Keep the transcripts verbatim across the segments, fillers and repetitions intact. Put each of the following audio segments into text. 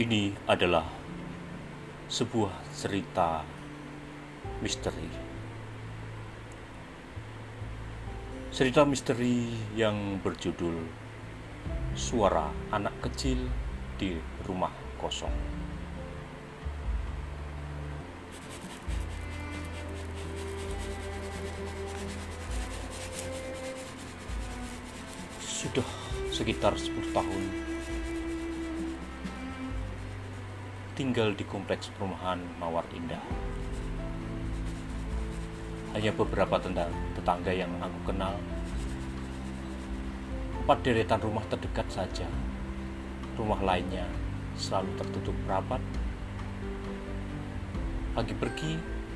Ini adalah sebuah cerita misteri. Cerita misteri yang berjudul Suara Anak Kecil di Rumah Kosong. Sudah sekitar sepuluh tahun tinggal di kompleks perumahan Mawar Indah. Hanya beberapa tetangga yang aku kenal. Empat deretan rumah terdekat saja. Rumah lainnya selalu tertutup rapat. Pagi pergi,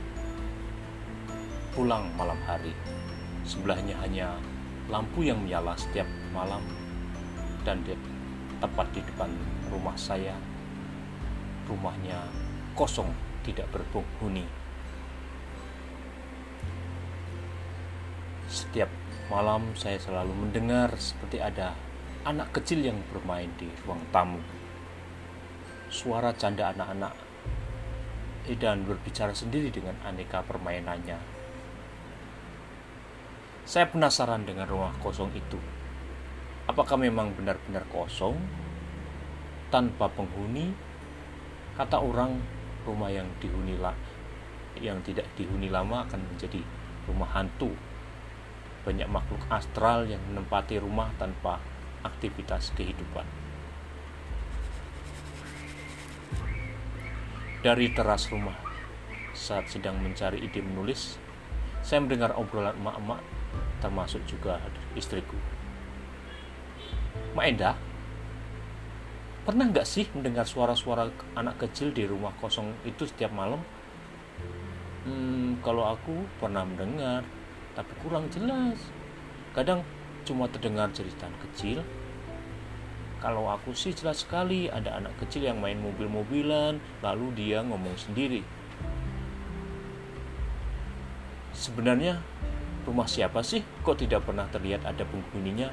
pulang malam hari. Sebelahnya hanya lampu yang menyala setiap malam, dan tepat di depan rumah saya, rumahnya kosong, tidak berpenghuni. Setiap malam saya selalu mendengar seperti ada anak kecil yang bermain di ruang tamu. Suara canda anak-anak dan berbicara sendiri dengan aneka permainannya. Saya penasaran dengan rumah kosong itu. Apakah memang benar-benar kosong, tanpa penghuni? Kata orang, rumah yang dihuni yang tidak dihuni lama akan menjadi rumah hantu. Banyak makhluk astral yang menempati rumah tanpa aktivitas kehidupan. Dari teras rumah, saat sedang mencari ide menulis, saya mendengar obrolan emak-emak, termasuk juga istriku. Mak Endah, pernah nggak sih mendengar suara-suara anak kecil di rumah kosong itu setiap malam? Hmm, kalau aku pernah mendengar, tapi kurang jelas. Kadang cuma terdengar jeritan kecil. Kalau aku sih jelas sekali ada anak kecil yang main mobil-mobilan, lalu dia ngomong sendiri. Sebenarnya rumah siapa sih kok tidak pernah terlihat ada penghuninya?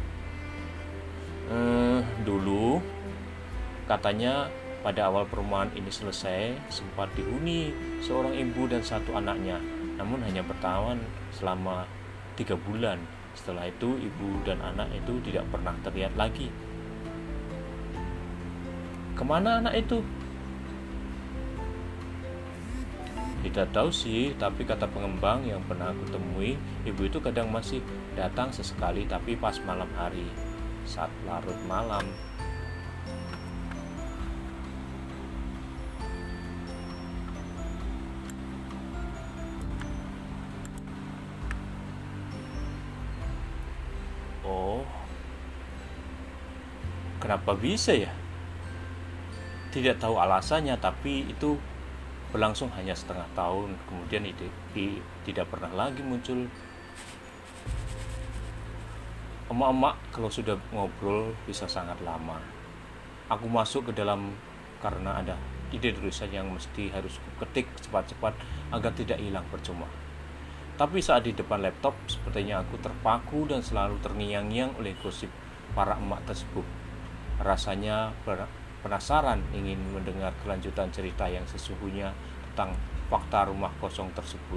Eh, dulu katanya pada awal perumahan ini selesai sempat dihuni seorang ibu dan satu anaknya, namun hanya bertahan selama tiga bulan. Setelah itu ibu dan anak itu tidak pernah terlihat lagi. Kemana anak itu? Tidak tahu sih, tapi kata pengembang yang pernah aku temui, ibu itu kadang masih datang sesekali, tapi pas malam hari, saat larut malam. Oh, kenapa bisa ya? Tidak tahu alasannya, tapi itu berlangsung hanya setengah tahun. Kemudian ide, ide tidak pernah lagi muncul. Emak-emak kalau sudah ngobrol bisa sangat lama. Aku masuk ke dalam karena ada ide tulisan yang mesti harus ketik cepat-cepat agar tidak hilang percuma. Tapi saat di depan laptop, sepertinya aku terpaku dan selalu terngiang-ngiang oleh gosip para emak tersebut. Rasanya penasaran ingin mendengar kelanjutan cerita yang sesungguhnya tentang fakta rumah kosong tersebut.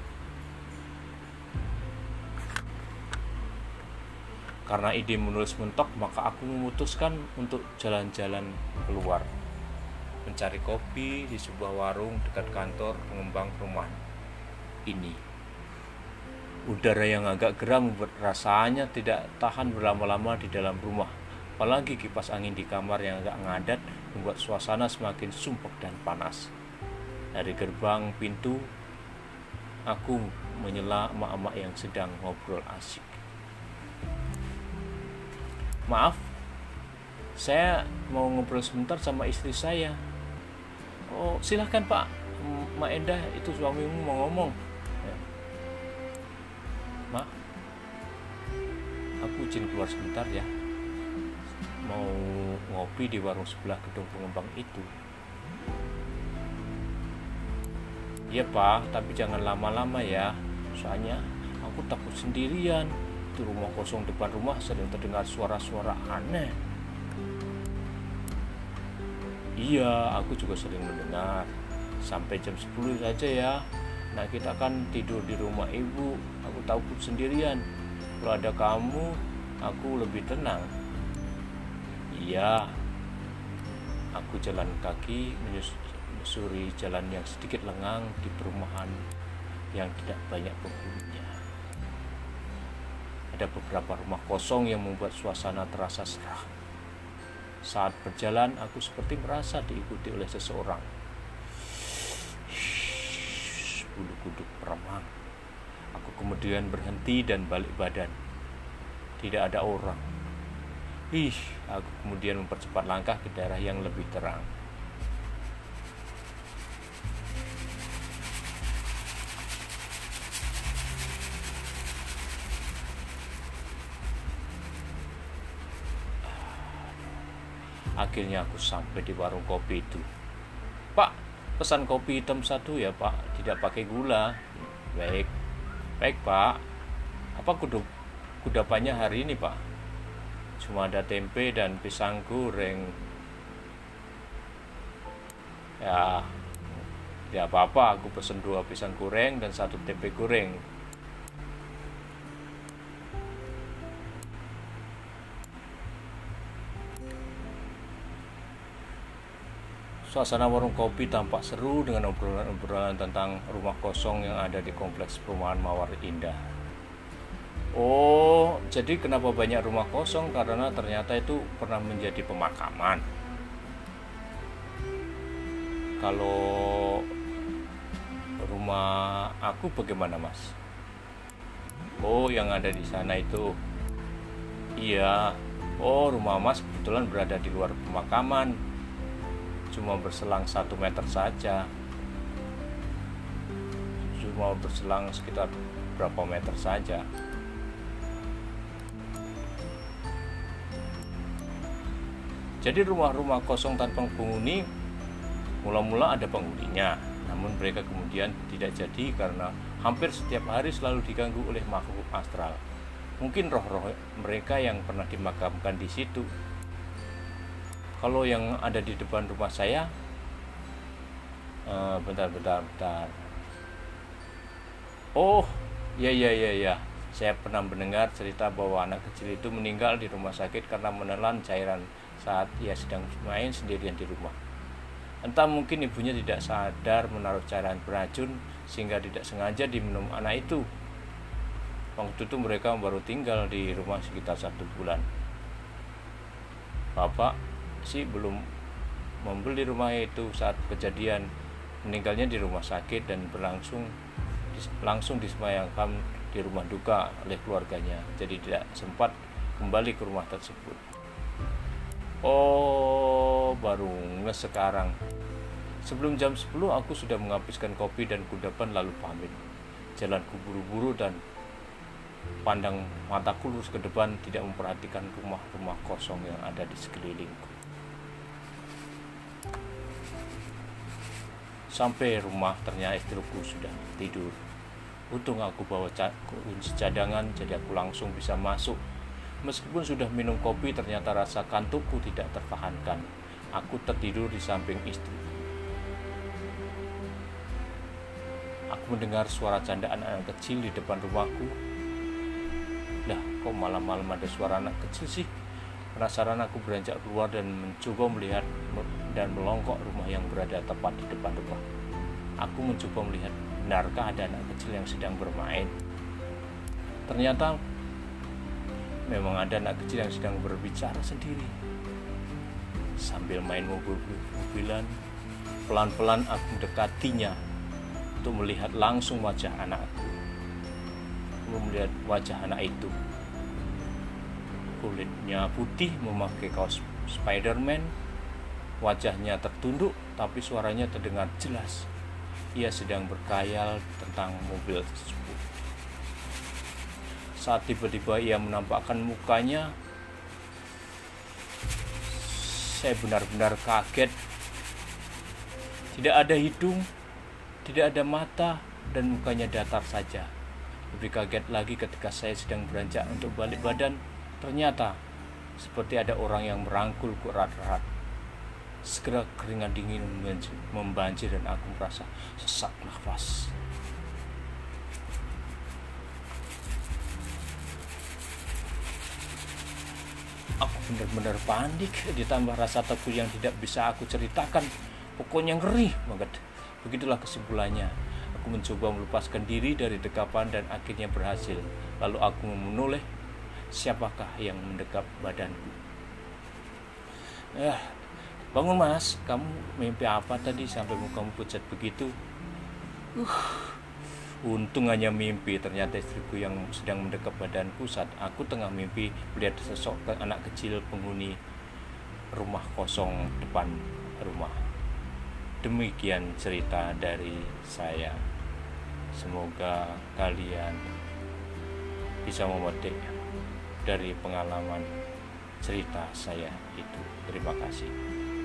Karena ide menulis mentok, maka aku memutuskan untuk jalan-jalan keluar, mencari kopi di sebuah warung dekat kantor pengembang rumah ini. Udara yang agak geram rasanya tidak tahan berlama-lama di dalam rumah. Apalagi kipas angin di kamar yang agak ngadat membuat suasana semakin sumpek dan panas. Dari gerbang pintu, aku menyela emak-emak yang sedang ngobrol asik. Maaf, saya mau ngobrol sebentar sama istri saya. Oh, silahkan Pak, Mak Endah, itu suamimu mau ngomong. Ya. Mak, aku izin keluar sebentar ya. Mau ngopi di warung sebelah gedung pengembang itu. Iya Pak, tapi jangan lama-lama ya. Soalnya aku takut sendirian. Di rumah kosong depan rumah sering terdengar suara-suara aneh. Iya, aku juga sering mendengar. Sampai jam sepuluh saja ya. Nah, kita kan tidur di rumah ibu. Aku takut sendirian. Kalau ada kamu, aku lebih tenang. Iya, aku jalan kaki menyusuri jalan yang sedikit lengang di perumahan yang tidak banyak penghuninya. Ada beberapa rumah kosong yang membuat suasana terasa seram. Saat berjalan, aku seperti merasa diikuti oleh seseorang. Bulu kuduk meremang. Aku kemudian berhenti dan balik badan. Tidak ada orang. Ih, aku kemudian mempercepat langkah ke daerah yang lebih terang. Akhirnya aku sampai di warung kopi itu. Pak, pesan kopi hitam satu ya pak, tidak pakai gula. Baik, baik pak. Apa kudu kudapannya hari ini pak? Cuma ada tempe dan pisang goreng. Ya, tidak apa-apa, aku pesen dua pisang goreng dan satu tempe goreng. Suasana warung kopi tampak seru dengan obrolan-obrolan tentang rumah kosong yang ada di kompleks perumahan Mawar Indah. Oh, jadi kenapa banyak rumah kosong? Karena ternyata itu pernah menjadi pemakaman. Kalau rumah aku bagaimana, Mas? Oh, yang ada di sana itu. Iya. Oh, rumah Mas kebetulan berada di luar pemakaman. Cuma berselang satu meter saja. Cuma berselang sekitar berapa meter saja. Jadi rumah-rumah kosong tanpa penghuni mula-mula ada penghuninya, namun mereka kemudian tidak jadi karena hampir setiap hari selalu diganggu oleh makhluk astral. Mungkin roh-roh mereka yang pernah dimakamkan di situ. Kalau yang ada di depan rumah saya, uh, bentar, bentar, bentar. Oh, ya, ya, ya, ya. Saya pernah mendengar cerita bahwa anak kecil itu meninggal di rumah sakit karena menelan cairan saat ia sedang main sendirian di rumah. Entah mungkin ibunya tidak sadar menaruh cairan beracun sehingga tidak sengaja diminum anak itu. Waktu itu mereka baru tinggal di rumah sekitar satu bulan. Bapak sih belum membeli rumah itu saat kejadian. Meninggalnya di rumah sakit dan berlangsung langsung disemayamkan di rumah duka oleh keluarganya. Jadi tidak sempat kembali ke rumah tersebut. Oh, baru nges sekarang. Sebelum jam sepuluh aku sudah menghabiskan kopi dan kudapan lalu pamit. Jalanku buru-buru dan pandang mataku lurus ke depan, tidak memperhatikan rumah-rumah kosong yang ada di sekelilingku. Sampai rumah ternyata istriku sudah tidur. Untung aku bawa kunci cadangan, jadi aku langsung bisa masuk. Meskipun sudah minum kopi, ternyata rasa kantukku tidak tertahankan. Aku tertidur di samping istri. Aku mendengar suara candaan anak kecil di depan rumahku. Lah, kok malam-malam ada suara anak kecil sih? Penasaran aku beranjak keluar dan mencoba melihat dan melongkok rumah yang berada tepat di depan rumah. Aku mencoba melihat benarkah ada anak kecil yang sedang bermain. Ternyata memang ada anak kecil yang sedang berbicara sendiri. Sambil main mobil-mobilan, pelan-pelan aku mendekatinya untuk melihat langsung wajah anakku. Aku melihat wajah anak itu. Kulitnya putih, memakai kaos Spiderman. Wajahnya tertunduk, tapi suaranya terdengar jelas. Ia sedang berkhayal tentang mobil tersebut. Saat tiba-tiba ia menampakkan mukanya, saya benar-benar kaget. Tidak ada hidung, tidak ada mata, dan mukanya datar saja. Lebih kaget lagi ketika saya sedang beranjak untuk balik badan. Ternyata seperti ada orang yang merangkulku erat-erat. Segera keringat dingin membanjir dan aku merasa sesak nafas. Aku benar-benar panik, ditambah rasa takut yang tidak bisa aku ceritakan. Pokoknya ngeri banget. Begitulah kesimpulannya. Aku mencoba melepaskan diri dari dekapan dan akhirnya berhasil. Lalu aku menoleh, siapakah yang mendekap badanku? Eh, bangun mas, kamu mimpi apa tadi sampai mukamu pucat begitu? Uh, untung hanya mimpi. Ternyata istriku yang sedang mendekap badanku saat aku tengah mimpi melihat sosok anak kecil penghuni rumah kosong depan rumah. Demikian cerita dari saya. Semoga kalian bisa memetik dari pengalaman cerita saya itu. Terima kasih.